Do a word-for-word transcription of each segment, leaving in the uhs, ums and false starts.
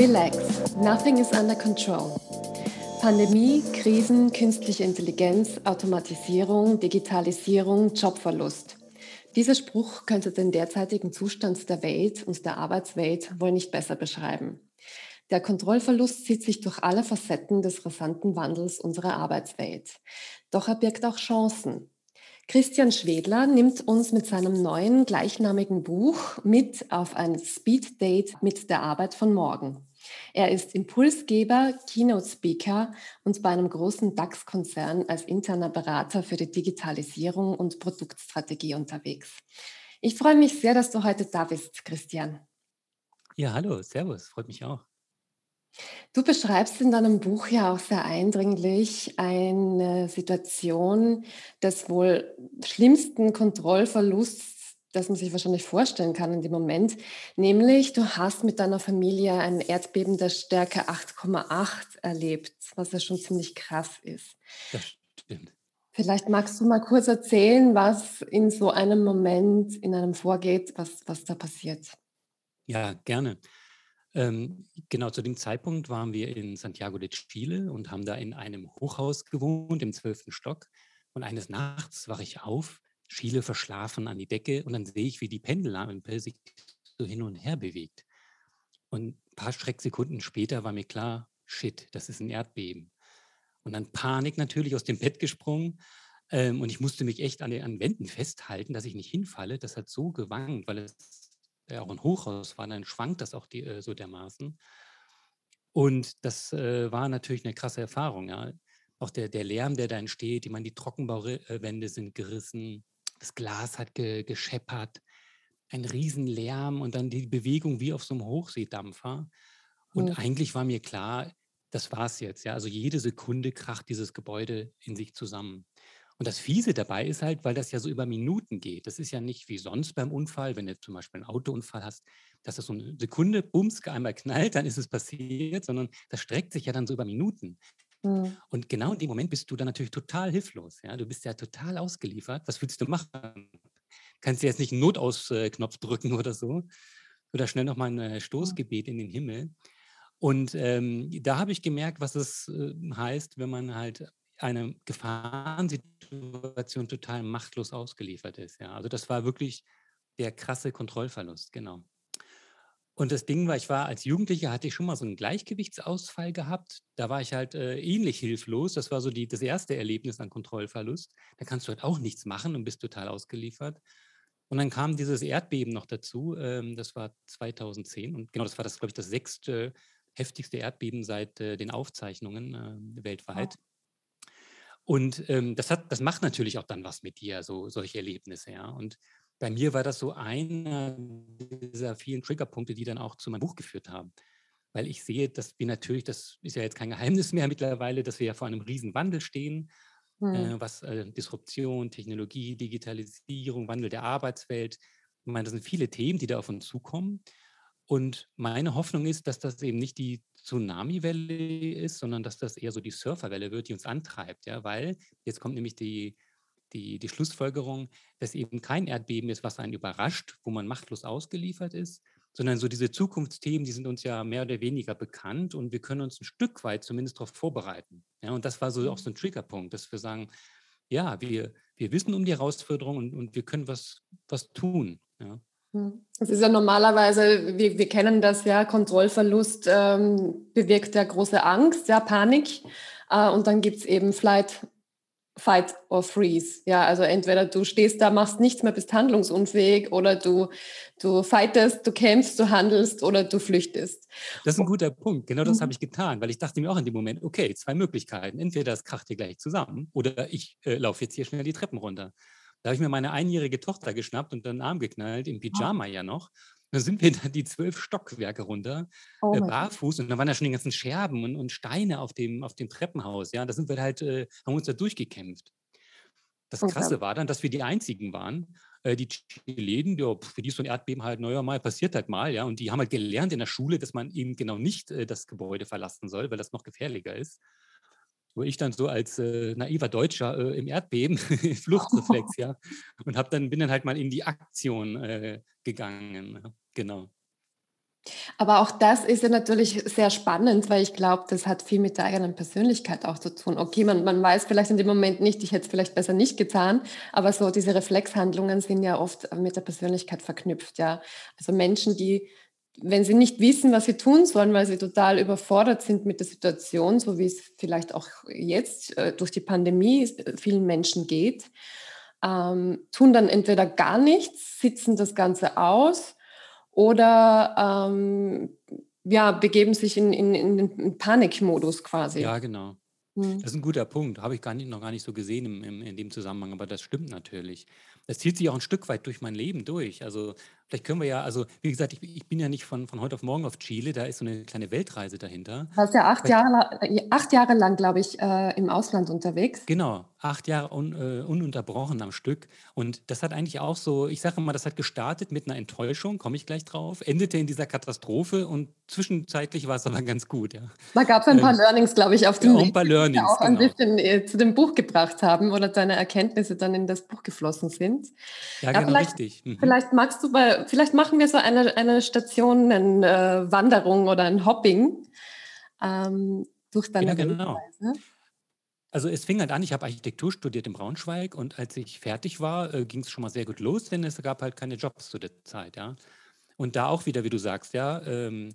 Relax, nothing is under control. Pandemie, Krisen, künstliche Intelligenz, Automatisierung, Digitalisierung, Jobverlust. Dieser Spruch könnte den derzeitigen Zustand der Welt und der Arbeitswelt wohl nicht besser beschreiben. Der Kontrollverlust zieht sich durch alle Facetten des rasanten Wandels unserer Arbeitswelt. Doch er birgt auch Chancen. Christian Schwedler nimmt uns mit seinem neuen gleichnamigen Buch mit auf ein Speed-Date mit der Arbeit von morgen. Er ist Impulsgeber, Keynote-Speaker und bei einem großen DAX-Konzern als interner Berater für die Digitalisierung und Produktstrategie unterwegs. Ich freue mich sehr, dass du heute da bist, Christian. Ja, hallo, servus, freut mich auch. Du beschreibst in deinem Buch ja auch sehr eindringlich eine Situation des wohl schlimmsten Kontrollverlusts, das man sich wahrscheinlich vorstellen kann in dem Moment. Nämlich, du hast mit deiner Familie ein Erdbeben der Stärke acht Komma acht erlebt, was ja schon ziemlich krass ist. Das stimmt. Vielleicht magst du mal kurz erzählen, was in so einem Moment in einem vorgeht, was, was da passiert. Ja, gerne. Ähm, genau zu dem Zeitpunkt waren wir in Santiago de Chile und haben da in einem Hochhaus gewohnt, im zwölften Stock. Und eines Nachts wache ich auf, schiele verschlafen an die Decke und dann sehe ich, wie die Pendelampe sich so hin und her bewegt. Und ein paar Schrecksekunden später war mir klar, shit, das ist ein Erdbeben. Und dann Panik natürlich aus dem Bett gesprungen. Ähm, und ich musste mich echt an den an Wänden festhalten, dass ich nicht hinfalle. Das hat so gewankt, weil es ja auch ein Hochhaus war. Dann schwankt das auch die, äh, so dermaßen. Und das äh, war natürlich eine krasse Erfahrung. Ja. Auch der, der Lärm, der da entsteht. Ich meine, die Trockenbauwände sind gerissen. Das Glas hat ge, gescheppert. Ein Riesenlärm und dann die Bewegung wie auf so einem Hochseedampfer. Hm. Und eigentlich war mir klar, das war's jetzt. Ja. Also jede Sekunde kracht dieses Gebäude in sich zusammen. Und das Fiese dabei ist halt, weil das ja so über Minuten geht. Das ist ja nicht wie sonst beim Unfall, wenn du zum Beispiel einen Autounfall hast, dass das so eine Sekunde, bums, einmal knallt, dann ist es passiert, sondern das streckt sich ja dann so über Minuten. Hm. Und genau in dem Moment bist du dann natürlich total hilflos. Ja? Du bist ja total ausgeliefert. Was willst du machen? Kannst du jetzt nicht einen Notausknopf drücken oder so? Oder schnell nochmal ein äh, Hm. Stoßgebet in den Himmel. Und ähm, da habe ich gemerkt, was es äh, heißt, wenn man halt einer Gefahrensituation total machtlos ausgeliefert ist. Ja, also das war wirklich der krasse Kontrollverlust, genau. Und das Ding war, ich war als Jugendlicher, hatte ich schon mal so einen Gleichgewichtsausfall gehabt. Da war ich halt äh, ähnlich hilflos. Das war so die, das erste Erlebnis an Kontrollverlust. Da kannst du halt auch nichts machen und bist total ausgeliefert. Und dann kam dieses Erdbeben noch dazu. Ähm, das war zweitausendzehn. Und genau, das war das, glaube ich, das sechste heftigste Erdbeben seit äh, den Aufzeichnungen äh, weltweit. Und ähm, das hat, das macht natürlich auch dann was mit dir, so solche Erlebnisse, ja. Und bei mir war das so einer dieser vielen Triggerpunkte, die dann auch zu meinem Buch geführt haben. Weil ich sehe, dass wir natürlich, das ist ja jetzt kein Geheimnis mehr mittlerweile, dass wir ja vor einem riesen Wandel stehen, Hm. äh, was äh, Disruption, Technologie, Digitalisierung, Wandel der Arbeitswelt. Ich meine, das sind viele Themen, die da auf uns zukommen. Und meine Hoffnung ist, dass das eben nicht die Tsunami-Welle ist, sondern dass das eher so die Surferwelle wird, die uns antreibt. Ja? Weil jetzt kommt nämlich die, die, die Schlussfolgerung, dass eben kein Erdbeben ist, was einen überrascht, wo man machtlos ausgeliefert ist, sondern so diese Zukunftsthemen, die sind uns ja mehr oder weniger bekannt und wir können uns ein Stück weit zumindest darauf vorbereiten. Ja? Und das war so auch so ein Triggerpunkt, dass wir sagen, ja, wir, wir wissen um die Herausforderung und, und wir können was, was tun. Ja? Hm. Es ist ja normalerweise, wir, wir kennen das ja, Kontrollverlust ähm, bewirkt ja große Angst, ja, Panik. Äh, und dann gibt es eben Flight, Fight or Freeze. Ja, also entweder du stehst da, machst nichts mehr, bist handlungsunfähig oder du, du fightest, du kämpfst, du handelst oder du flüchtest. Das ist ein guter Punkt. Genau das habe Mhm. ich getan, weil ich dachte mir auch in dem Moment, okay, zwei Möglichkeiten. Entweder es kracht hier gleich zusammen oder ich äh, laufe jetzt hier schnell die Treppen runter. Da habe ich mir meine einjährige Tochter geschnappt und dann den Arm geknallt, im Pyjama ja noch. Dann sind wir dann die zwölf Stockwerke runter, Oh äh, mein Gott. barfuß. Und dann waren da schon die ganzen Scherben und, und Steine auf dem, auf dem Treppenhaus. Ja, da sind wir halt, äh, haben uns da durchgekämpft. Das Krasse war dann, dass wir die Einzigen waren. Äh, die Chilenen, ja, für die ist so ein Erdbeben halt, naja, mal passiert halt mal, ja. Und die haben halt gelernt in der Schule, dass man eben genau nicht äh, das Gebäude verlassen soll, weil das noch gefährlicher ist. Wo ich dann so als äh, naiver Deutscher äh, im Erdbeben, Fluchtreflex, ja, und hab dann, bin dann halt mal in die Aktion äh, gegangen. Ja. Genau. Aber auch das ist ja natürlich sehr spannend, weil ich glaube, das hat viel mit der eigenen Persönlichkeit auch zu tun. Okay, man, man weiß vielleicht in dem Moment nicht, ich hätte es vielleicht besser nicht getan, aber so diese Reflexhandlungen sind ja oft mit der Persönlichkeit verknüpft, ja. Also Menschen, die, wenn sie nicht wissen, was sie tun sollen, weil sie total überfordert sind mit der Situation, so wie es vielleicht auch jetzt äh, durch die Pandemie äh, vielen Menschen geht, ähm, tun dann entweder gar nichts, sitzen das Ganze aus oder ähm, ja, begeben sich in, in, in den Panikmodus quasi. Ja, genau. Hm. Das ist ein guter Punkt. Habe ich gar nicht, noch gar nicht so gesehen im, im, in dem Zusammenhang, aber das stimmt natürlich. Das zieht sich auch ein Stück weit durch mein Leben durch. Also vielleicht können wir ja, also wie gesagt, ich, ich bin ja nicht von, von heute auf morgen auf Chile, da ist so eine kleine Weltreise dahinter. Du warst ja acht Vielleicht Jahre, la- äh, acht Jahre lang, glaube ich, äh, im Ausland unterwegs. Genau, acht Jahre un äh, ununterbrochen am Stück. Und das hat eigentlich auch so, ich sage immer, das hat gestartet mit einer Enttäuschung, komme ich gleich drauf, endete in dieser Katastrophe und zwischenzeitlich war es aber ganz gut, ja. Da gab es ein paar Ähm, Learnings, glaube ich, auf ja, dem auch ein Weg, paar die dich ja Learnings, auch ein genau. bisschen äh, zu dem Buch gebracht haben oder deine Erkenntnisse dann in das Buch geflossen sind. Ja, Ja, genau, vielleicht, richtig. Mhm. vielleicht magst du bei, vielleicht machen wir so eine, eine Station, eine äh, Wanderung oder ein Hopping ähm, durch Ja, deine genau. Weltreise. Also es fing halt an, ich habe Architektur studiert in Braunschweig und als ich fertig war, äh, ging es schon mal sehr gut los, denn es gab halt keine Jobs zu der Zeit, ja. Und da auch wieder, wie du sagst, ja, ähm,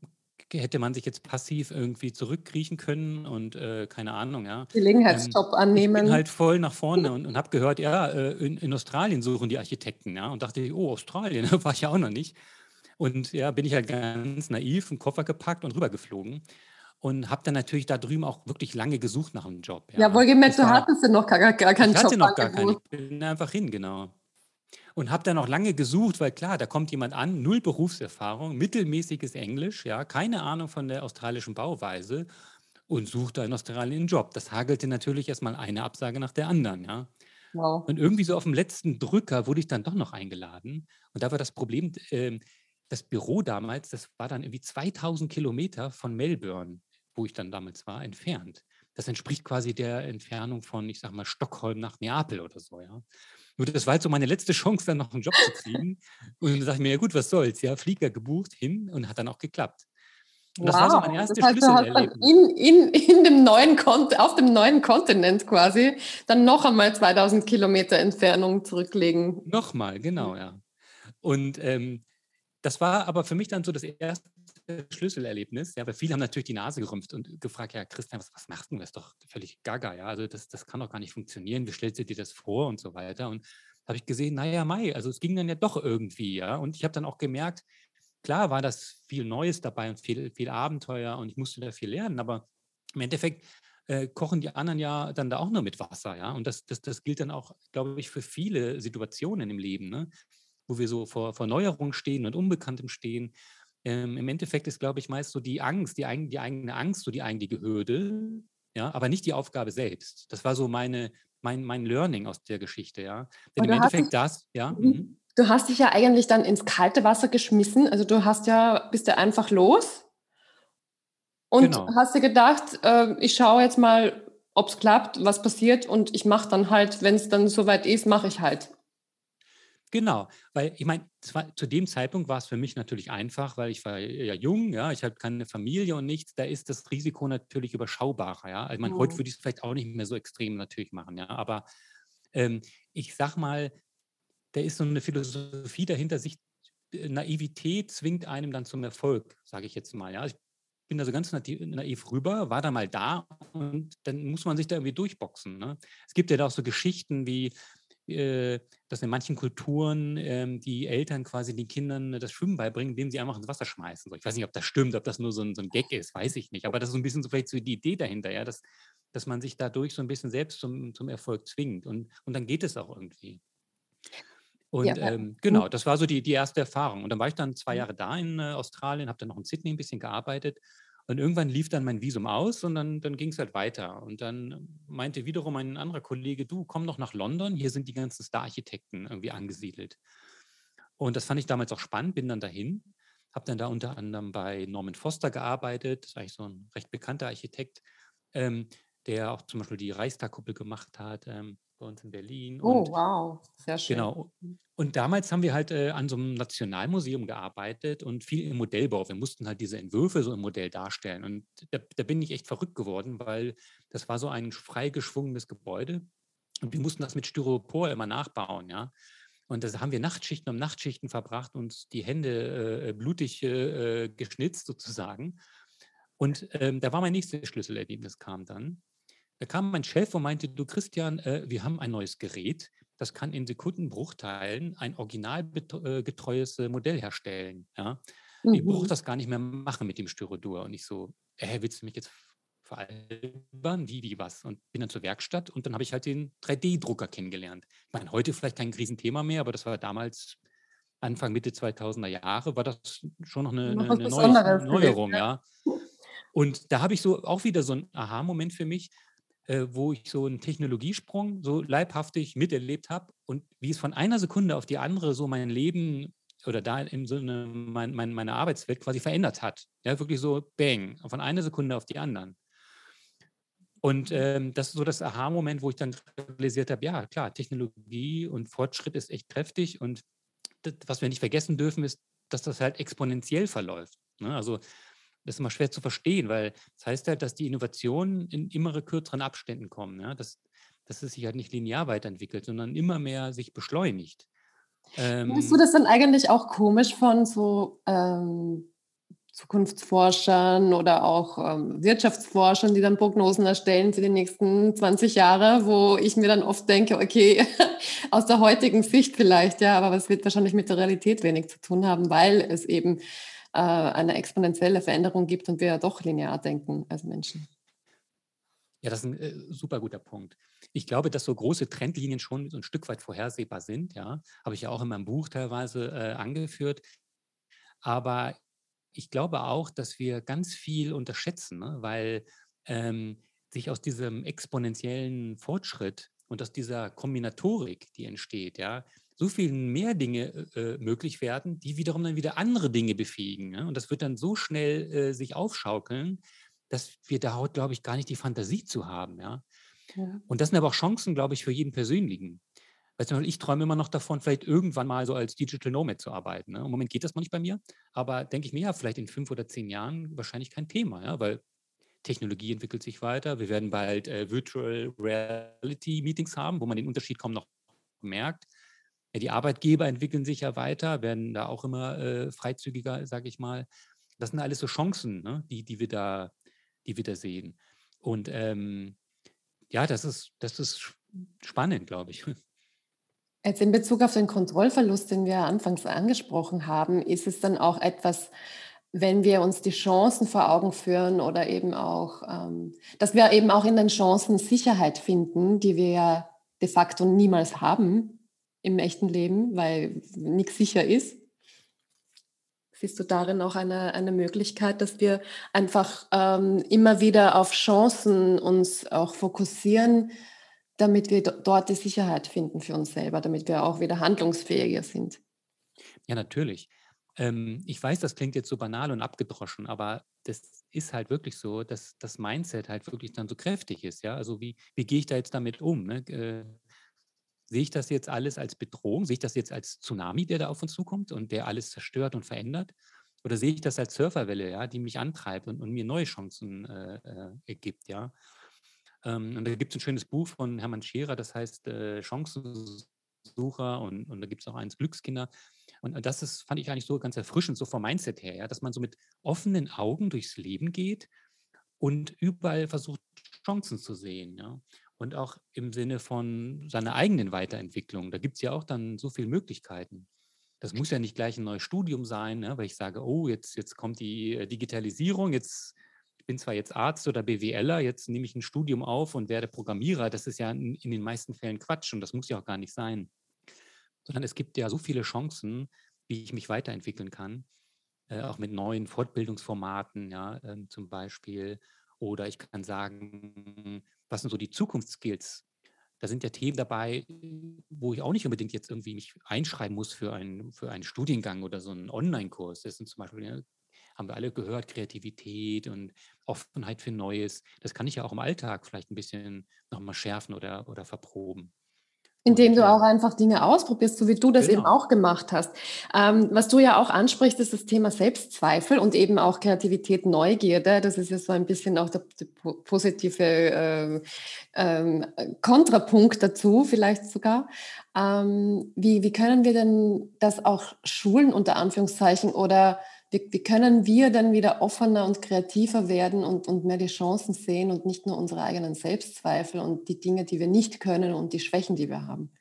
hätte man sich jetzt passiv irgendwie zurückkriechen können und äh, keine Ahnung, ja. Ähm, Gelegenheitsjob ich bin annehmen. halt voll nach vorne und, und habe gehört, ja, äh, in, in Australien suchen die Architekten, ja. Und dachte, oh, Australien, da war ich ja auch noch nicht. Und ja, bin ich halt ganz naiv, einen Koffer gepackt und rübergeflogen. Und habe dann natürlich da drüben auch wirklich lange gesucht nach einem Job, Ja, ja. wohlgemerkt, Das du war, hattest ja noch gar, gar kein ich hatte noch gar keinen, Jobangebot. ich bin einfach hin, genau. Und habe dann auch lange gesucht, weil klar, da kommt jemand an, null Berufserfahrung, mittelmäßiges Englisch, ja, keine Ahnung von der australischen Bauweise und sucht da in Australien einen Job. Das hagelte natürlich erstmal eine Absage nach der anderen, ja. Und Wow. irgendwie so auf dem letzten Drücker wurde ich dann doch noch eingeladen. Und da war das Problem, ähm, das Büro damals, das war dann irgendwie zweitausend Kilometer von Melbourne, wo ich dann damals war, entfernt. Das entspricht quasi der Entfernung von, ich sag mal, Stockholm nach Neapel oder so, ja. Nur das war halt so meine letzte Chance, dann noch einen Job zu kriegen. Und dann dachte ich mir, ja gut, was soll's, ja, Flieger gebucht, hin und hat dann auch geklappt. Und das war so mein Wow. Das erstes heißt, du hast dann Schlüsselerlebnis. in, in, in dem neuen Kont auf dem neuen Kontinent quasi dann noch einmal zweitausend Kilometer Entfernung zurücklegen. Nochmal, genau, ja. Und ähm, das war aber für mich dann so das erste Schlüsselerlebnis, ja, weil viele haben natürlich die Nase gerümpft und gefragt, ja, Christian, was, was machst du? Das ist doch völlig gaga, ja, also das, das kann doch gar nicht funktionieren, wie stellst du dir das vor und so weiter. Und da habe ich gesehen, naja, Mai, also es ging dann ja doch irgendwie, ja. Und ich habe dann auch gemerkt, klar war das viel Neues dabei und viel, viel Abenteuer und ich musste da viel lernen, aber im Endeffekt äh, kochen die anderen ja dann da auch nur mit Wasser, ja. Und das, das, das gilt dann auch, glaube ich, für viele Situationen im Leben, ne? Wo wir so vor, vor Neuerungen stehen und Unbekanntem stehen. Ähm, Im Endeffekt ist, glaube ich, meist so die Angst, die, eigen, die eigene Angst, so die eigentliche Hürde, ja, aber nicht die Aufgabe selbst. Das war so meine, mein, mein Learning aus der Geschichte, ja. Denn Und im du hast dich, Endeffekt das, ja, mhm, mhm. du hast dich ja eigentlich dann ins kalte Wasser geschmissen. Also du hast ja, bist ja einfach los und genau. hast dir gedacht, äh, ich schaue jetzt mal, ob es klappt, was passiert und ich mache dann halt, wenn es dann soweit ist, mache ich halt. Genau, weil ich meine, zu dem Zeitpunkt war es für mich natürlich einfach, weil ich war ja jung, ja, ich habe keine Familie und nichts, da ist das Risiko natürlich überschaubarer, ja. Ich meine, heute Mhm. würde ich es vielleicht auch nicht mehr so extrem natürlich machen, ja, aber ähm, ich sag mal, da ist so eine Philosophie dahinter, sich äh, Naivität zwingt einem dann zum Erfolg, sage ich jetzt mal, ja. Ich bin da so ganz naiv, naiv rüber, war da mal da und dann muss man sich da irgendwie durchboxen, ne? Es gibt ja da auch so Geschichten wie äh, dass in manchen Kulturen ähm, die Eltern quasi den Kindern das Schwimmen beibringen, indem sie einfach ins Wasser schmeißen. So, ich weiß nicht, ob das stimmt, ob das nur so ein, so ein Gag ist, weiß ich nicht. Aber das ist so ein bisschen so vielleicht so die Idee dahinter, ja, dass, dass man sich dadurch so ein bisschen selbst zum, zum Erfolg zwingt. Und, und dann geht es auch irgendwie. Ja. Und ähm, genau, das war so die, die erste Erfahrung. Und dann war ich dann zwei Jahre da in äh, Australien, habe dann noch in Sydney ein bisschen gearbeitet. Und irgendwann lief dann mein Visum aus und dann, dann ging es halt weiter. Und dann meinte wiederum ein anderer Kollege, du, komm doch nach London, hier sind die ganzen Star-Architekten irgendwie angesiedelt. Und das fand ich damals auch spannend, bin dann dahin, habe dann da unter anderem bei Norman Foster gearbeitet, das ist eigentlich so ein recht bekannter Architekt, ähm, der auch zum Beispiel die Reichstagkuppel gemacht hat. Ähm, bei uns in Berlin. Oh, Und wow, sehr schön. genau. Und damals haben wir halt äh, an so einem Nationalmuseum gearbeitet und viel im Modellbau. Wir mussten halt diese Entwürfe so im Modell darstellen. Und da, da bin ich echt verrückt geworden, weil das war so ein frei geschwungenes Gebäude. Und wir mussten das mit Styropor immer nachbauen, ja. Und da haben wir Nachtschichten um Nachtschichten verbracht, uns die Hände äh, blutig äh, geschnitzt sozusagen. Und ähm, da war mein nächstes Schlüsselerlebnis kam dann. Da kam mein Chef und meinte, du Christian, äh, wir haben ein neues Gerät, das kann in Sekundenbruchteilen ein originalgetreues äh, Modell herstellen. Ja? Ich brauche Mhm. das gar nicht mehr machen mit dem Styrodur. Und ich so, äh, willst du mich jetzt veralbern? Wie, wie, was? Und bin dann zur Werkstatt und dann habe ich halt den drei D-Drucker kennengelernt. Ich meine, heute vielleicht kein Riesenthema mehr, aber das war damals Anfang, Mitte zweitausender Jahre, war das schon noch eine, Noch eine, was eine Neues, Besonderes gewesen, Neuerung, ja. ja. Und da habe ich so auch wieder so einen Aha-Moment für mich, äh, wo ich so einen Technologiesprung so leibhaftig miterlebt habe und wie es von einer Sekunde auf die andere so mein Leben oder da im Sinne mein, mein, meine Arbeitswelt quasi verändert hat. Ja, wirklich so bang, von einer Sekunde auf die anderen. Und ähm, das ist so das Aha-Moment, wo ich dann realisiert habe, ja klar, Technologie und Fortschritt ist echt kräftig und das, was wir nicht vergessen dürfen, ist, dass das halt exponentiell verläuft. Ne? Also das ist immer schwer zu verstehen, weil das heißt halt, dass die Innovationen in immer kürzeren Abständen kommen. Ja? Dass, dass es sich halt nicht linear weiterentwickelt, sondern immer mehr sich beschleunigt. Findest du Ähm, das dann eigentlich auch komisch von so ähm, Zukunftsforschern oder auch ähm, Wirtschaftsforschern, die dann Prognosen erstellen für die nächsten zwanzig Jahre, wo ich mir dann oft denke, okay, aus der heutigen Sicht vielleicht, ja, aber es wird wahrscheinlich mit der Realität wenig zu tun haben, weil es eben äh, eine exponentielle Veränderung gibt und wir ja doch linear denken als Menschen. ja, das ist ein äh, super guter Punkt. Ich glaube, dass so große Trendlinien schon so ein Stück weit vorhersehbar sind. Ja, habe ich ja auch in meinem Buch teilweise äh, angeführt. Aber ich glaube auch, dass wir ganz viel unterschätzen, ne? Weil ähm, sich aus diesem exponentiellen Fortschritt und aus dieser Kombinatorik, die entsteht, ja, so viel mehr Dinge äh, möglich werden, die wiederum dann wieder andere Dinge befähigen. Ne? Und das wird dann so schnell äh, sich aufschaukeln, dass wir da heute, glaube ich, gar nicht die Fantasie zu haben. Ja? Ja. Und das sind aber auch Chancen, glaube ich, für jeden Persönlichen. Weißt du, ich träume immer noch davon, vielleicht irgendwann mal so als Digital Nomad zu arbeiten. Ne? Im Moment geht das noch nicht bei mir, aber denke ich mir, ja, vielleicht in fünf oder zehn Jahren wahrscheinlich kein Thema, ja, weil Technologie entwickelt sich weiter. Wir werden bald äh, Virtual Reality Meetings haben, wo man den Unterschied kaum noch merkt. Ja, die Arbeitgeber entwickeln sich ja weiter, werden da auch immer äh, freizügiger, sage ich mal. Das sind alles so Chancen, ne? die, die, wir da, die wir da sehen. Und ähm, ja, das ist, das ist spannend, glaube ich. Jetzt in Bezug auf den Kontrollverlust, den wir anfangs angesprochen haben, ist es dann auch etwas, wenn wir uns die Chancen vor Augen führen oder eben auch, ähm, dass wir eben auch in den Chancen Sicherheit finden, die wir ja de facto niemals haben im echten Leben, weil nichts sicher ist. Siehst du darin auch eine, eine Möglichkeit, dass wir einfach ähm, immer wieder auf Chancen uns auch fokussieren, damit wir do- dort die Sicherheit finden für uns selber, damit wir auch wieder handlungsfähiger sind? Ja, natürlich. Ähm, ich weiß, das klingt jetzt so banal und abgedroschen, aber das ist halt wirklich so, dass das Mindset halt wirklich dann so kräftig ist. Ja, also wie, wie gehe ich da jetzt damit um? Ne? Äh, sehe ich das jetzt alles als Bedrohung? Sehe ich das jetzt als Tsunami, der da auf uns zukommt und der alles zerstört und verändert? Oder sehe ich das als Surferwelle, ja, die mich antreibt und, und mir neue Chancen äh, äh, ergibt, ja? Ähm, und da gibt es ein schönes Buch von Hermann Scherer, das heißt äh, Chancensucher und, und da gibt es auch eins Glückskinder. Und das ist, fand ich eigentlich so ganz erfrischend, so vom Mindset her, ja, dass man so mit offenen Augen durchs Leben geht und überall versucht, Chancen zu sehen. Ja. Und auch im Sinne von seiner eigenen Weiterentwicklung. Da gibt es ja auch dann so viele Möglichkeiten. Das muss ja nicht gleich ein neues Studium sein, ne, weil ich sage, oh, jetzt, jetzt kommt die äh, Digitalisierung, jetzt, ich bin zwar jetzt Arzt oder BWLer, jetzt nehme ich ein Studium auf und werde Programmierer. Das ist ja in, in den meisten Fällen Quatsch und das muss ja auch gar nicht sein. Sondern es gibt ja so viele Chancen, wie ich mich weiterentwickeln kann, äh, auch mit neuen Fortbildungsformaten, ja, ähm, zum Beispiel. Oder ich kann sagen, was sind so die Zukunftsskills? Da sind ja Themen dabei, wo ich auch nicht unbedingt jetzt irgendwie mich einschreiben muss für, ein, für einen Studiengang oder so einen Online-Kurs. Das sind zum Beispiel, ja, haben wir alle gehört, Kreativität und Offenheit für Neues. Das kann ich ja auch im Alltag vielleicht ein bisschen nochmal schärfen oder, oder verproben. Indem Und du auch äh, einfach Dinge ausprobierst, so wie du das eben genau. auch gemacht hast. Ähm, was du ja auch ansprichst, ist das Thema Selbstzweifel und eben auch Kreativität, Neugierde. Das ist ja so ein bisschen auch der, der po- positive ähm, ähm, Kontrapunkt dazu, vielleicht sogar. Ähm, wie, wie können wir denn das auch schulen, unter Anführungszeichen, oder wie, wie können wir dann wieder offener und kreativer werden und, und mehr die Chancen sehen und nicht nur unsere eigenen Selbstzweifel und die Dinge, die wir nicht können und die Schwächen, die wir haben?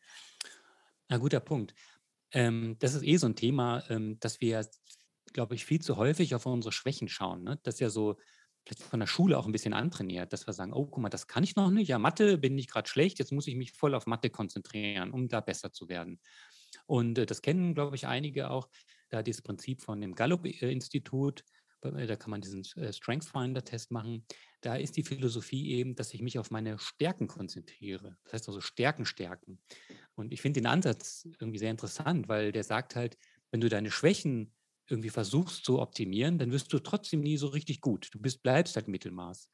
Na, guter Punkt. Ähm, das ist eh so ein Thema, ähm, dass wir, glaube ich, viel zu häufig auf unsere Schwächen schauen. Ne? Das ist ja so vielleicht von der Schule auch ein bisschen antrainiert, dass wir sagen, oh, guck mal, das kann ich noch nicht. Ja, Mathe bin ich gerade schlecht, jetzt muss ich mich voll auf Mathe konzentrieren, um da besser zu werden. Und äh, das kennen, glaube ich, einige auch, da dieses Prinzip von dem Gallup-Institut, äh, da kann man diesen äh, Strength Finder-Test machen. Da ist die Philosophie eben, dass ich mich auf meine Stärken konzentriere. Das heißt also Stärken stärken. Und ich finde den Ansatz irgendwie sehr interessant, weil der sagt halt, wenn du deine Schwächen irgendwie versuchst zu optimieren, dann wirst du trotzdem nie so richtig gut. Du bist, bleibst halt Mittelmaß.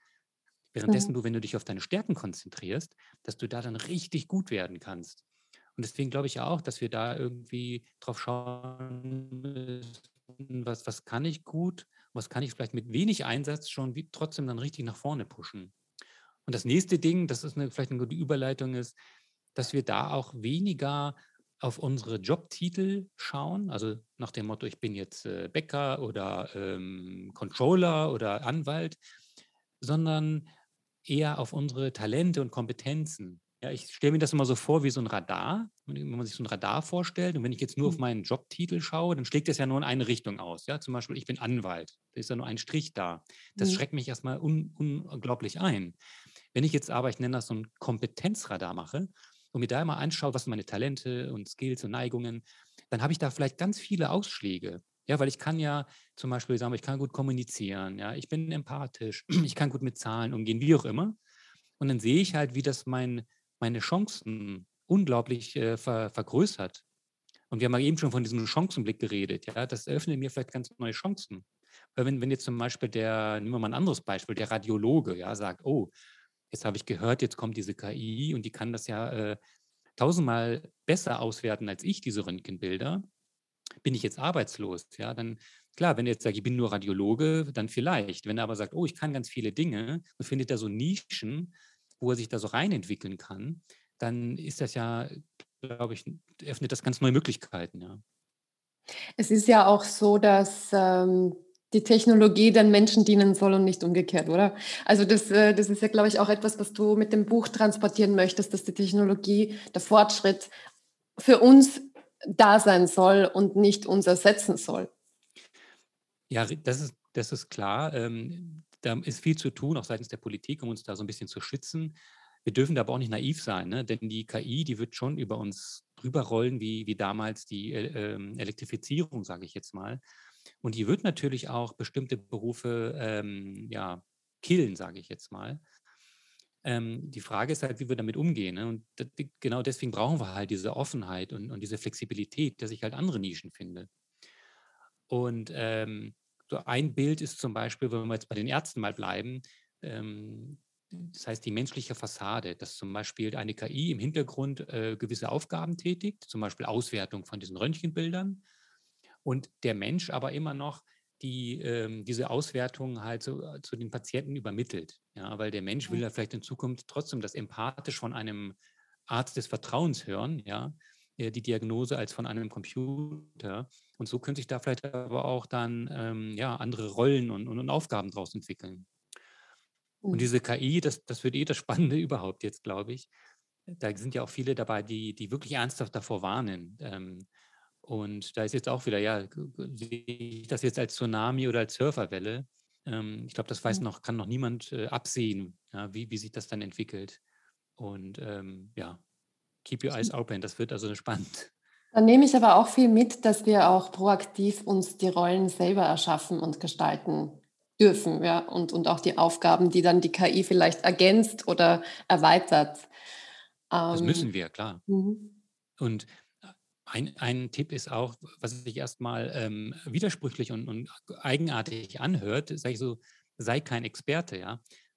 Mhm. Währenddessen du, wenn du dich auf deine Stärken konzentrierst, dass du da dann richtig gut werden kannst. Und deswegen glaube ich ja auch, dass wir da irgendwie drauf schauen müssen, was, was kann ich gut, was kann ich vielleicht mit wenig Einsatz schon wie, trotzdem dann richtig nach vorne pushen. Und das nächste Ding, das ist eine, vielleicht eine gute Überleitung, ist, dass wir da auch weniger auf unsere Jobtitel schauen, also nach dem Motto, ich bin jetzt äh, Bäcker oder ähm, Controller oder Anwalt, sondern eher auf unsere Talente und Kompetenzen. Ja, ich stelle mir das immer so vor wie so ein Radar, wenn man sich so ein Radar vorstellt. Und wenn ich jetzt nur auf meinen Jobtitel schaue, dann schlägt das ja nur in eine Richtung aus. Ja, zum Beispiel, ich bin Anwalt. Da ist ja nur ein Strich da. Das Mhm. schreckt mich erstmal un unglaublich ein. Wenn ich jetzt aber, ich nenne das so ein Kompetenzradar mache und mir da immer anschaue, was sind meine Talente und Skills und Neigungen, dann habe ich da vielleicht ganz viele Ausschläge. Ja, weil ich kann ja zum Beispiel sagen, ich kann gut kommunizieren, ja, ich bin empathisch, ich kann gut mit Zahlen umgehen, wie auch immer. Und dann sehe ich halt, wie das mein, meine Chancen unglaublich äh, ver, vergrößert. Und wir haben ja eben schon von diesem Chancenblick geredet, ja, das eröffnet mir vielleicht ganz neue Chancen. Weil wenn, wenn jetzt zum Beispiel der, nehmen wir mal ein anderes Beispiel, der Radiologe, ja, sagt, oh, jetzt habe ich gehört, jetzt kommt diese K I und die kann das ja äh, tausendmal besser auswerten als ich, diese Röntgenbilder. Bin ich jetzt arbeitslos? Ja, dann klar, wenn er jetzt sagt, ich bin nur Radiologe, dann vielleicht. Wenn er aber sagt, oh, ich kann ganz viele Dinge und findet da so Nischen, wo er sich da so reinentwickeln kann, dann ist das ja, glaube ich, öffnet das ganz neue Möglichkeiten, ja. Es ist ja auch so, dass ähm, die Technologie den Menschen dienen soll und nicht umgekehrt, oder? Also das, äh, das ist ja, glaube ich, auch etwas, was du mit dem Buch transportieren möchtest, dass die Technologie, der Fortschritt für uns da sein soll und nicht uns ersetzen soll. Ja, das ist, das ist klar. Ähm, da ist viel zu tun, auch seitens der Politik, um uns da so ein bisschen zu schützen. Wir dürfen da aber auch nicht naiv sein, ne? Denn die K I, die wird schon über uns drüber rollen, wie, wie damals die äh, ähm, Elektrifizierung, sage ich jetzt mal. Und die wird natürlich auch bestimmte Berufe ähm, ja, killen, sage ich jetzt mal. Ähm, die Frage ist halt, wie wir damit umgehen. Ne? Und das, genau deswegen brauchen wir halt diese Offenheit und, und diese Flexibilität, dass ich halt andere Nischen finde. Und ähm, so ein Bild ist zum Beispiel, wenn wir jetzt bei den Ärzten mal bleiben, ähm, das heißt die menschliche Fassade, dass zum Beispiel eine K I im Hintergrund äh, gewisse Aufgaben tätigt, zum Beispiel Auswertung von diesen Röntgenbildern und der Mensch aber immer noch die, ähm, diese Auswertung halt so, äh, zu den Patienten übermittelt. Ja, weil der Mensch will ja vielleicht in Zukunft trotzdem das empathisch von einem Arzt des Vertrauens hören, ja, äh, die Diagnose als von einem Computer. Und so können sich da vielleicht aber auch dann ähm, ja, andere Rollen und, und, und Aufgaben daraus entwickeln. Und Mhm. diese K I, das, das wird eh das Spannende überhaupt jetzt, glaube ich. Da sind ja auch viele dabei, die, die wirklich ernsthaft davor warnen. Ähm, und da ist jetzt auch wieder, ja, sehe ich das jetzt als Tsunami oder als Surferwelle? Ähm, ich glaube, das weiß noch, kann noch niemand äh, absehen, ja, wie, wie sich das dann entwickelt. Und ähm, ja, keep your eyes open, das wird also spannend. Dann nehme ich aber auch viel mit, dass wir auch proaktiv uns die Rollen selber erschaffen und gestalten dürfen, ja, und, und auch die Aufgaben, die dann die K I vielleicht ergänzt oder erweitert. Das Ähm, müssen wir, klar. mhm. Und ein, ein Tipp ist auch, was sich erstmal ähm, widersprüchlich und, und eigenartig anhört, sage ich so, sei kein Experte, ja.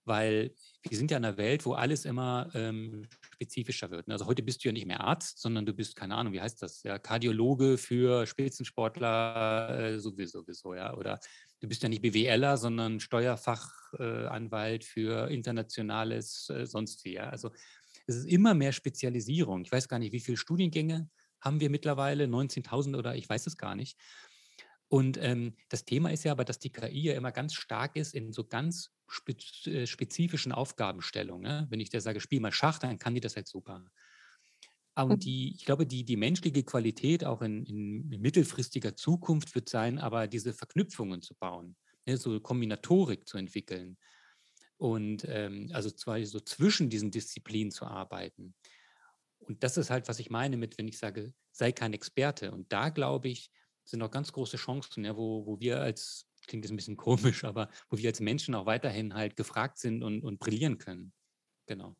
weil wir sind ja in einer Welt, wo alles immer ähm, spezifischer wird. Ne? Also heute bist du ja nicht mehr Arzt, sondern du bist, keine Ahnung, wie heißt das, ja, Kardiologe für Spitzensportler, äh, sowieso, sowieso, ja, oder du bist ja nicht BWLer, sondern Steuerfachanwalt äh, Anwalt für internationales äh, sonst wie, ja. Also es ist immer mehr Spezialisierung. Ich weiß gar nicht, wie viele Studiengänge haben wir mittlerweile, neunzehntausend oder ich weiß es gar nicht. Und ähm, das Thema ist ja aber, dass die K I ja immer ganz stark ist in so ganz spez äh, spezifischen Aufgabenstellungen. Ne? Wenn ich dir sage, spiel mal Schach, dann kann die das halt super. Ah, und Mhm. die, ich glaube, die, die menschliche Qualität auch in, in, in mittelfristiger Zukunft wird sein, aber diese Verknüpfungen zu bauen, ne? So Kombinatorik zu entwickeln und ähm, also zwar so zwischen diesen Disziplinen zu arbeiten. Und das ist halt, was ich meine mit, wenn ich sage, sei kein Experte. Und da glaube ich, sind noch ganz große Chancen, ja, wo, wo wir als, klingt jetzt ein bisschen komisch, aber wo wir als Menschen auch weiterhin halt gefragt sind und, und brillieren können. Genau.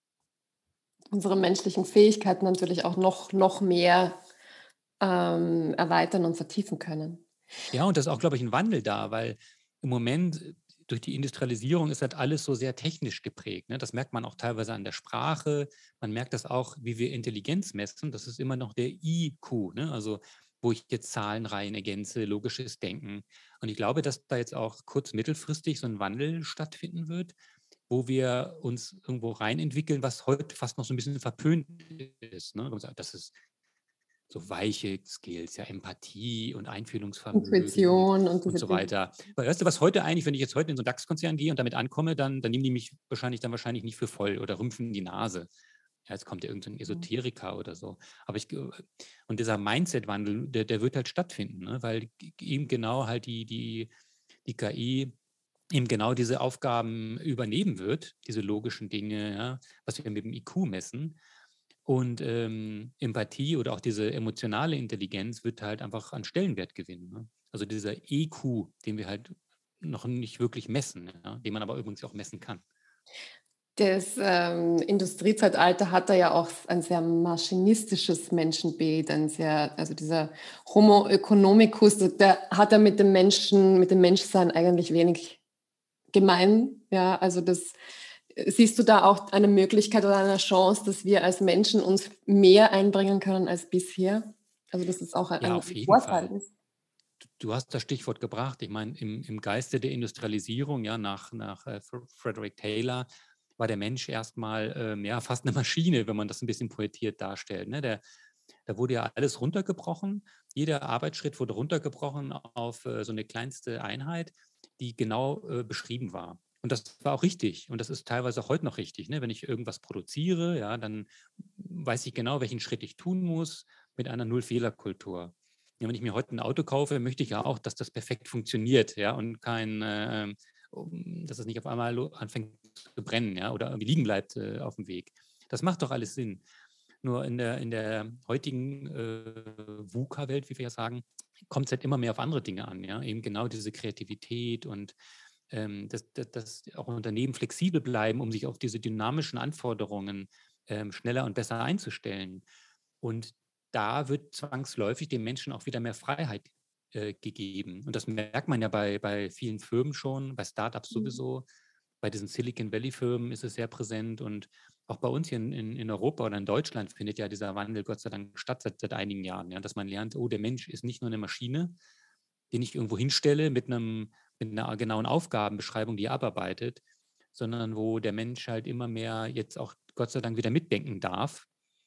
Unsere menschlichen Fähigkeiten natürlich auch noch, noch mehr ähm, erweitern und vertiefen können. Ja, und das ist auch, glaube ich, ein Wandel da, weil im Moment äh, durch die Industrialisierung ist halt alles so sehr technisch geprägt. Ne? Das merkt man auch teilweise an der Sprache. Man merkt das auch, wie wir Intelligenz messen. Das ist immer noch der I Q, ne? Also wo ich jetzt Zahlenreihen ergänze, logisches Denken. Und ich glaube, dass da jetzt auch kurz-, mittelfristig so ein Wandel stattfinden wird, wo wir uns irgendwo reinentwickeln, was heute fast noch so ein bisschen verpönt ist. Ne? Das ist so weiche Skills, ja, Empathie und Einfühlungsvermögen und, Intuition und und diese so Dinge. weiter. Aber weißt du, was heute eigentlich, wenn ich jetzt heute in so einen DAX-Konzern gehe und damit ankomme, dann, dann nehmen die mich wahrscheinlich dann wahrscheinlich nicht für voll oder rümpfen die Nase. Ja, jetzt kommt ja irgendein Esoteriker oder so. Aber ich, und dieser Mindset-Wandel, der, der wird halt stattfinden, ne? Weil eben genau halt die, die, die K I eben genau diese Aufgaben übernehmen wird, diese logischen Dinge, ja, was wir mit dem I Q messen. Und ähm, Empathie oder auch diese emotionale Intelligenz wird halt einfach an Stellenwert gewinnen. Ne? Also dieser E Q, den wir halt noch nicht wirklich messen, ja? Den man aber übrigens auch messen kann. Das ähm, Industriezeitalter hat da ja auch ein sehr maschinistisches Menschenbild, ein sehr, also dieser Homo economicus, der hat ja mit dem Menschen, mit dem Menschsein eigentlich wenig gemein. Ja, also das siehst du da auch eine Möglichkeit oder eine Chance, dass wir als Menschen uns mehr einbringen können als bisher? Also dass es auch Ja, ein, auf ein jeden Vorteil Fall. ist. Du hast das Stichwort gebracht. Ich meine, im, im Geiste der Industrialisierung, ja, nach, nach äh, Frederick Taylor, war der Mensch erstmal ähm, ja, fast eine Maschine, wenn man das ein bisschen pointiert darstellt. Ne? Der, da wurde ja alles runtergebrochen. Jeder Arbeitsschritt wurde runtergebrochen auf äh, so eine kleinste Einheit, die genau äh, beschrieben war. Und das war auch richtig. Und das ist teilweise auch heute noch richtig. Ne? Wenn ich irgendwas produziere, ja, dann weiß ich genau, welchen Schritt ich tun muss mit einer Null-Fehler-Kultur. Ja, wenn ich mir heute ein Auto kaufe, möchte ich ja auch, dass das perfekt funktioniert, ja, und kein, äh, dass es nicht auf einmal anfängt zu brennen, ja, oder irgendwie liegen bleibt äh, auf dem Weg. Das macht doch alles Sinn. Nur in der, in der heutigen äh, VUCA-Welt, wie wir ja sagen, kommt es halt immer mehr auf andere Dinge an, ja, eben genau diese Kreativität und ähm, dass, dass, dass auch Unternehmen flexibel bleiben, um sich auf diese dynamischen Anforderungen ähm, schneller und besser einzustellen. Und da wird zwangsläufig den Menschen auch wieder mehr Freiheit äh, gegeben. Und das merkt man ja bei, bei vielen Firmen schon, bei Startups sowieso. Bei diesen Silicon Valley-Firmen ist es sehr präsent und auch bei uns hier in, in, in Europa oder in Deutschland findet ja dieser Wandel Gott sei Dank statt seit, seit einigen Jahren, ja, dass man lernt, oh, der Mensch ist nicht nur eine Maschine, den ich irgendwo hinstelle mit, einem, mit einer genauen Aufgabenbeschreibung, die er abarbeitet, sondern wo der Mensch halt immer mehr jetzt auch Gott sei Dank wieder mitdenken darf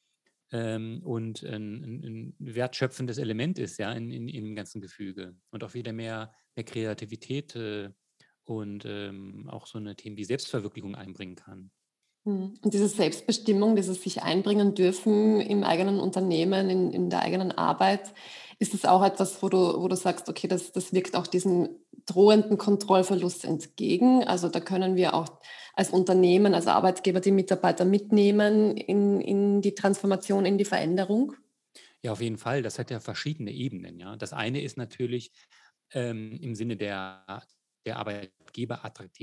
ähm, und ein, ein, ein wertschöpfendes Element ist, ja, in, in, im ganzen Gefüge und auch wieder mehr, mehr Kreativität äh, und ähm, auch so eine Themen wie Selbstverwirklichung einbringen kann. Mhm. Und diese Selbstbestimmung, dieses sich einbringen dürfen im eigenen Unternehmen, in, in der eigenen Arbeit, ist das auch etwas, wo du, wo du sagst, okay, das, das wirkt auch diesem drohenden Kontrollverlust entgegen. Also da können wir auch als Unternehmen, als Arbeitgeber die Mitarbeiter mitnehmen in, in die Transformation, in die Veränderung. Ja, auf jeden Fall. Das hat ja verschiedene Ebenen. Ja. Das eine ist natürlich ähm, im Sinne der, der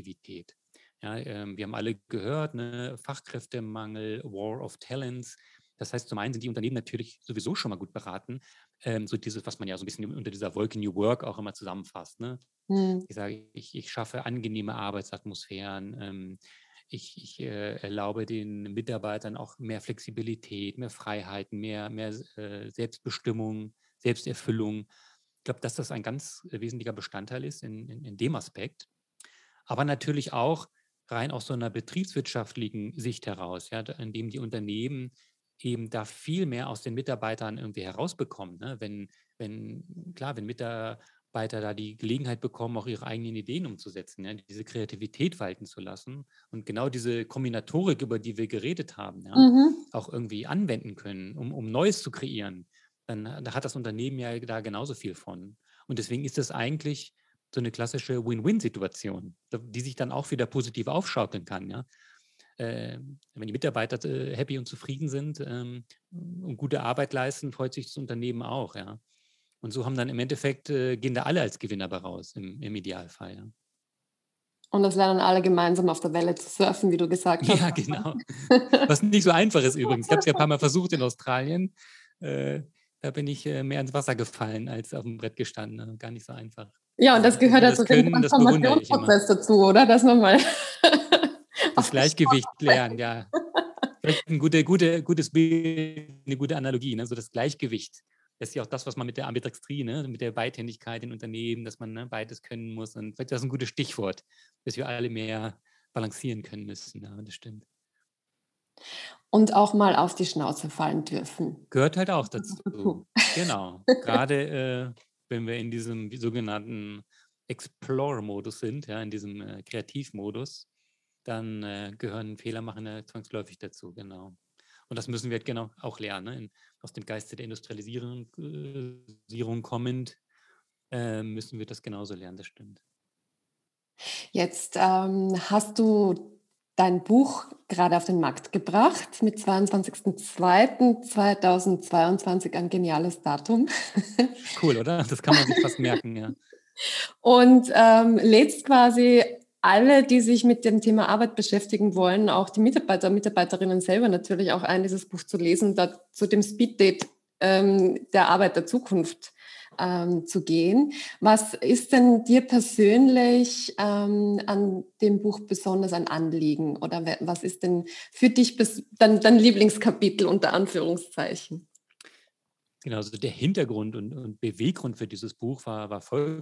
Arbeitgeberattraktivität. Ja, ähm, wir haben alle gehört, ne, Fachkräftemangel, War of Talents. Das heißt, zum einen sind die Unternehmen natürlich sowieso schon mal gut beraten, ähm, so dieses, was man ja so ein bisschen unter dieser Wolke New Work auch immer zusammenfasst. Ne? Hm. Ich sage, ich, ich schaffe angenehme Arbeitsatmosphären, ähm, ich, ich äh, erlaube den Mitarbeitern auch mehr Flexibilität, mehr Freiheiten, mehr, mehr äh, Selbstbestimmung, Selbsterfüllung. Ich glaube, dass das ein ganz äh, wesentlicher Bestandteil ist in, in, in dem Aspekt. Aber natürlich auch rein aus so einer betriebswirtschaftlichen Sicht heraus, ja, indem die Unternehmen eben da viel mehr aus den Mitarbeitern irgendwie herausbekommen. Ne? Wenn, wenn, klar, wenn Mitarbeiter da die Gelegenheit bekommen, auch ihre eigenen Ideen umzusetzen, ja, diese Kreativität walten zu lassen und genau diese Kombinatorik, über die wir geredet haben, ja, Mhm. auch irgendwie anwenden können, um, um Neues zu kreieren, dann da hat das Unternehmen ja da genauso viel von. Und deswegen ist das eigentlich so eine klassische Win-Win-Situation, die sich dann auch wieder positiv aufschaukeln kann. Ja? Äh, wenn die Mitarbeiter äh, happy und zufrieden sind ähm, und gute Arbeit leisten, freut sich das Unternehmen auch. Ja? Und so haben dann im Endeffekt, äh, gehen da alle als Gewinner bei raus, im, im Idealfall. Ja? Und das lernen alle gemeinsam auf der Welle zu surfen, wie du gesagt hast. Ja, genau. Was nicht so einfach ist übrigens. Ich habe es ja ein paar Mal versucht in Australien. Äh, da bin ich äh, mehr ins Wasser gefallen als auf dem Brett gestanden. Gar nicht so einfach. Ja, und Also, das gehört die ja zu das dem können, das bewundere ich immer. Transformationsprozess dazu, oder? Dass man mal Das Gleichgewicht lernen, ja. Vielleicht ein gute, gute, gutes Bild, eine gute Analogie, ne? So das Gleichgewicht. Das ist ja auch das, was man mit der Ambidextrie, ne? Mit der Beidhändigkeit in Unternehmen, dass man ne, beides können muss. Und vielleicht ist das ein gutes Stichwort, dass wir alle mehr balancieren können müssen. Ja, das stimmt. Und auch mal auf die Schnauze fallen dürfen. Gehört halt auch dazu. Genau. Gerade äh, wenn wir in diesem sogenannten Explorer-Modus sind, ja, in diesem äh, Kreativmodus, dann äh, gehören Fehler machen ja zwangsläufig dazu, genau. Und das müssen wir halt genau auch lernen, ne? In, aus dem Geiste der Industrialisierung äh, kommend, äh, müssen wir das genauso lernen, das stimmt. Jetzt ähm, hast du dein Buch gerade auf den Markt gebracht mit zweiundzwanzigster zweiter zweitausendzweiundzwanzig, ein geniales Datum. Cool, oder? Das kann man sich fast merken, ja. Und ähm, lädst quasi alle, die sich mit dem Thema Arbeit beschäftigen wollen, auch die Mitarbeiter, Mitarbeiterinnen selber natürlich auch ein, dieses Buch zu lesen, da zu dem Speeddate ähm, der Arbeit der Zukunft ähm, zu gehen. Was ist denn dir persönlich ähm, an dem Buch besonders ein Anliegen? Oder was ist denn für dich bis, dein, dein Lieblingskapitel unter Anführungszeichen? Genau, also der Hintergrund und, und Beweggrund für dieses Buch war, war folgendes.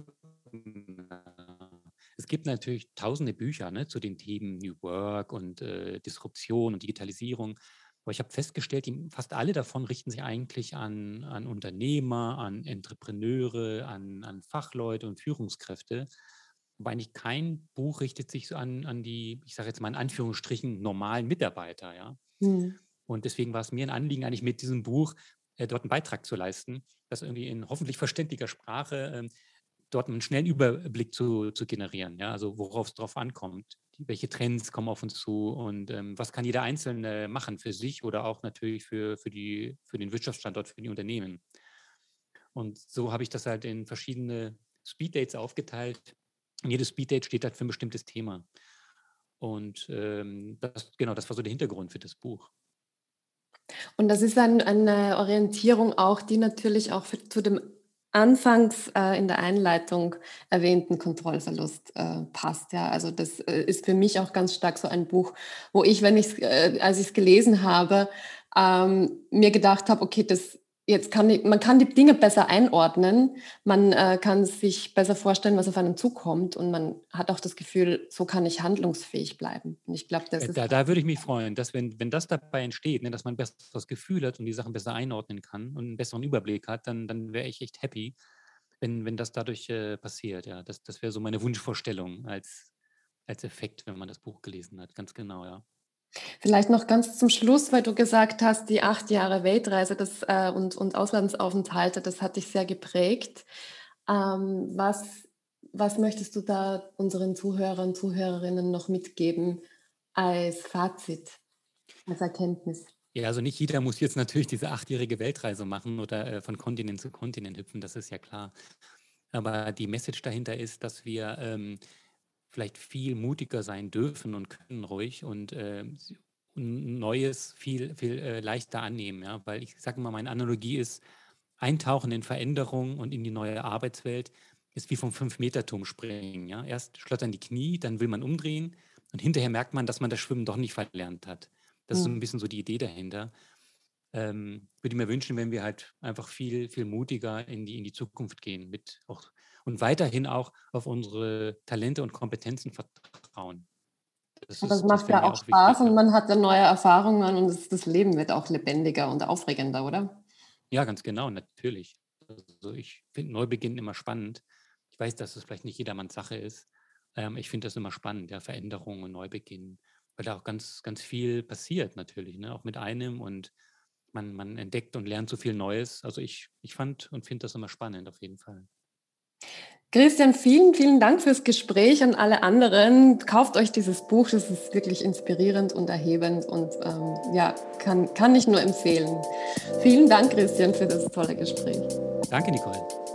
Es gibt natürlich tausende Bücher ne, zu den Themen New Work und äh, Disruption und Digitalisierung. Aber ich habe festgestellt, die, fast alle davon richten sich eigentlich an, an Unternehmer, an Entrepreneure, an, an Fachleute und Führungskräfte. Aber eigentlich kein Buch richtet sich so an, an die, ich sage jetzt mal in Anführungsstrichen, normalen Mitarbeiter. Ja? Hm. Und deswegen war es mir ein Anliegen, eigentlich mit diesem Buch äh, dort einen Beitrag zu leisten, das irgendwie in hoffentlich verständlicher Sprache ähm, dort einen schnellen Überblick zu, zu generieren, ja, also worauf es drauf ankommt, welche Trends kommen auf uns zu und ähm, was kann jeder Einzelne machen für sich oder auch natürlich für, für, die, für den Wirtschaftsstandort, für die Unternehmen. Und so habe ich das halt in verschiedene Speeddates aufgeteilt. Und jedes Speeddate steht halt für ein bestimmtes Thema. Und ähm, das, genau, das war so der Hintergrund für das Buch. Und das ist ein, eine Orientierung auch, die natürlich auch für, zu dem anfangs äh, in der Einleitung erwähnten Kontrollverlust äh, passt. Ja, also das äh, ist für mich auch ganz stark so ein Buch, wo ich, wenn ich äh, als ich es gelesen habe, ähm, mir gedacht habe, okay, das jetzt kann ich, man kann die Dinge besser einordnen, man äh, kann sich besser vorstellen, was auf einen zukommt und man hat auch das Gefühl, so kann ich handlungsfähig bleiben. Und ich glaube, das Äh, ist Da, da würde ich mich freuen, dass wenn, wenn das dabei entsteht, ne, dass man ein besseres Gefühl hat und die Sachen besser einordnen kann und einen besseren Überblick hat, dann, dann wäre ich echt happy, wenn, wenn das dadurch äh, passiert. Ja, das, das wäre so meine Wunschvorstellung als, als Effekt, wenn man das Buch gelesen hat. Ganz genau, ja. Vielleicht noch ganz zum Schluss, weil du gesagt hast, die acht Jahre Weltreise das, äh, und, und Auslandsaufenthalte, das hat dich sehr geprägt. Ähm, was, was möchtest du da unseren Zuhörern, Zuhörerinnen noch mitgeben als Fazit, als Erkenntnis? Ja, also nicht jeder muss jetzt natürlich diese achtjährige Weltreise machen oder äh, von Kontinent zu Kontinent hüpfen, das ist ja klar. Aber die Message dahinter ist, dass wir ähm, vielleicht viel mutiger sein dürfen und können ruhig und äh, Neues viel, viel äh, leichter annehmen. Ja? Weil ich sage mal, meine Analogie ist, Eintauchen in Veränderung und in die neue Arbeitswelt ist wie vom Fünf-Meter-Turm springen. Ja? Erst schlottern die Knie, dann will man umdrehen und hinterher merkt man, dass man das Schwimmen doch nicht verlernt hat. Das ist so Hm. ein bisschen so die Idee dahinter. Ähm, würde mir wünschen, wenn wir halt einfach viel, viel mutiger in die, in die Zukunft gehen mit auch, und weiterhin auch auf unsere Talente und Kompetenzen vertrauen. Das Und das ist, das macht wäre ja mir auch auch Spaß wichtig. und Ja. man hat dann neue Erfahrungen und das, das Leben wird auch lebendiger und aufregender, oder? Ja, ganz genau, natürlich. Also ich finde Neubeginn immer spannend. Ich weiß, dass es vielleicht nicht jedermanns Sache ist. Ähm, ich finde das immer spannend, ja, Veränderung und Neubeginn, weil da auch ganz, ganz viel passiert natürlich, ne? Auch mit einem und man, man entdeckt und lernt so viel Neues. Also ich, ich fand und finde das immer spannend auf jeden Fall. Christian, vielen, vielen Dank fürs Gespräch und alle anderen. Kauft euch dieses Buch, das ist wirklich inspirierend und erhebend und ähm, ja, kann, kann ich nur empfehlen. Vielen Dank, Christian, für das tolle Gespräch. Danke, Nicole.